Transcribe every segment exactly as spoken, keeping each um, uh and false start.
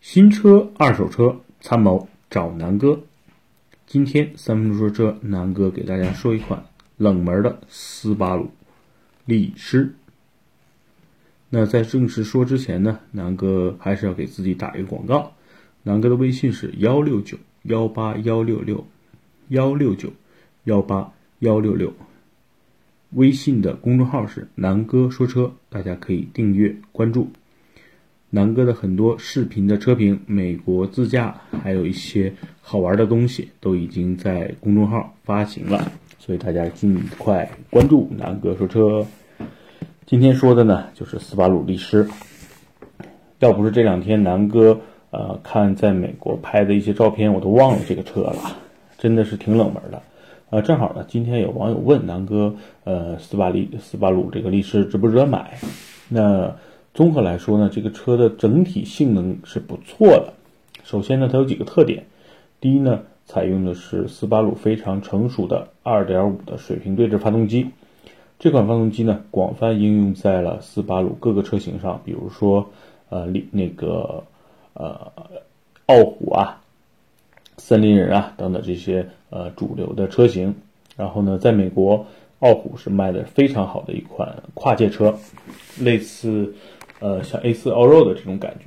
新车、二手车参谋找南哥。今天三分钟说车，南哥给大家说一款冷门的斯巴鲁力狮。那在正式说之前呢，南哥还是要给自己打一个广告。南哥的微信是幺六九幺八幺六六幺六九幺八幺六六，微信的公众号是南哥说车，大家可以订阅关注。南哥的很多视频的车评、美国自驾，还有一些好玩的东西都已经在公众号发行了，所以大家尽快关注南哥说车。今天说的呢就是斯巴鲁力狮。要不是这两天南哥呃看在美国拍的一些照片，我都忘了这个车了，真的是挺冷门的。呃，正好呢，今天有网友问南哥，呃，斯巴利斯巴鲁这个力狮值不值得买？那综合来说呢，这个车的整体性能是不错的。首先呢，它有几个特点。第一呢，采用的是斯巴鲁非常成熟的 二点五 的水平对置发动机。这款发动机呢，广泛应用在了斯巴鲁各个车型上，比如说呃那个呃傲虎啊、森林人啊等等这些呃主流的车型。然后呢，在美国，傲虎是卖的非常好的一款跨界车，类似呃像 A 四 Allroad 的这种感觉。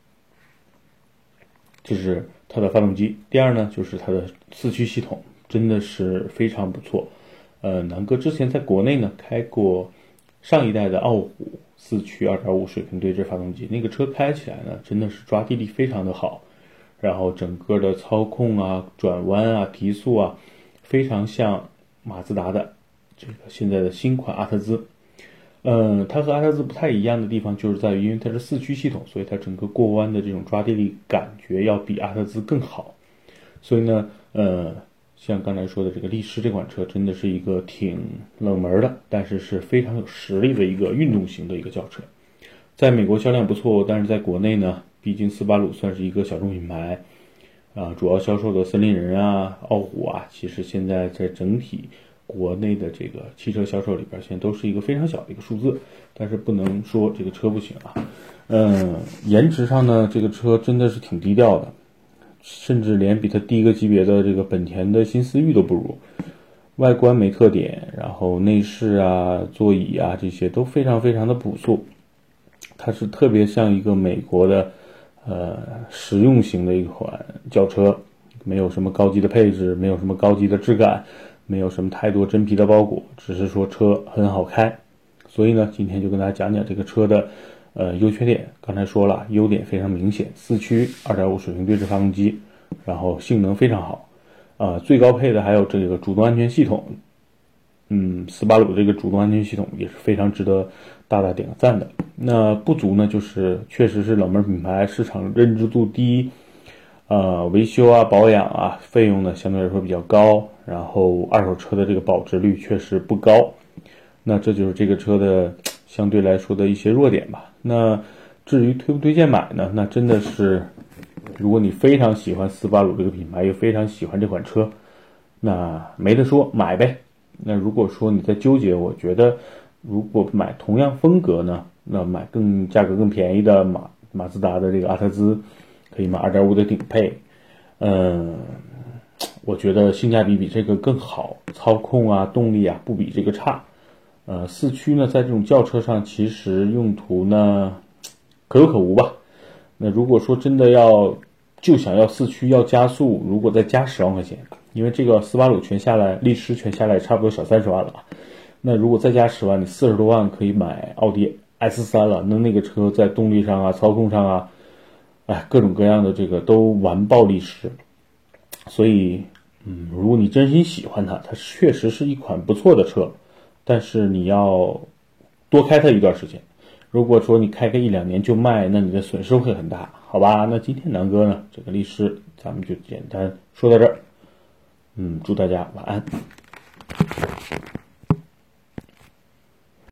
这是它的发动机。第二呢，就是它的四驱系统，真的是非常不错。呃，南哥之前在国内呢开过上一代的傲虎四驱 二点五 水平对置发动机，那个车开起来呢真的是抓地力非常的好，然后整个的操控啊、转弯啊、提速啊，非常像马自达的这个现在的新款阿特兹。嗯，它和阿特兹不太一样的地方就是在于，因为它是四驱系统，所以它整个过弯的这种抓地力感觉要比阿特兹更好。所以呢，呃，像刚才说的这个力狮这款车，真的是一个挺冷门的，但是是非常有实力的一个运动型的一个轿车。在美国销量不错，但是在国内呢，毕竟斯巴鲁算是一个小众品牌，啊、呃，主要销售的森林人啊、傲虎啊，其实现在在整体国内的这个汽车销售里边，现在都是一个非常小的一个数字，但是不能说这个车不行啊。嗯，颜值上呢，这个车真的是挺低调的，甚至连比它低一个级别的这个本田的新思域都不如。外观没特点，然后内饰啊、座椅啊这些都非常非常的朴素，它是特别像一个美国的呃实用型的一款轿车，没有什么高级的配置，没有什么高级的质感，没有什么太多真皮的包裹，只是说车很好开。所以呢，今天就跟大家讲讲这个车的呃优缺点。刚才说了，优点非常明显，四驱 二点五 水平对置发动机，然后性能非常好。呃，最高配的还有这个主动安全系统。嗯，斯巴鲁这个主动安全系统也是非常值得大大点个赞的。那不足呢，就是确实是冷门品牌，市场认知度低，呃，维修啊、保养啊费用呢相对来说比较高，然后二手车的这个保值率确实不高。那这就是这个车的相对来说的一些弱点吧。那至于推不推荐买呢？那真的是，如果你非常喜欢斯巴鲁这个品牌，又非常喜欢这款车，那没得说，买呗。那如果说你在纠结，我觉得如果买同样风格呢，那买更价格更便宜的马马自达的这个阿特兹，可以买 二点五 的顶配。嗯，我觉得性价比比这个更好，操控啊、动力啊不比这个差。呃，四驱呢，在这种轿车上其实用途呢可有可无吧。那如果说真的要就想要四驱要加速，如果再加十万块钱，因为这个斯巴鲁全下来，力狮全下来差不多小三十万了。那如果再加十万，你四十多万可以买奥迪 S 三 了。那那个车在动力上啊、操控上啊，哎，各种各样的这个都完爆力狮。所以，嗯，如果你真心喜欢它，它确实是一款不错的车。但是你要多开它一段时间，如果说你开个一两年就卖，那你的损失会很大，好吧？那今天南哥呢，这个力狮咱们就简单说到这儿。嗯，祝大家晚安。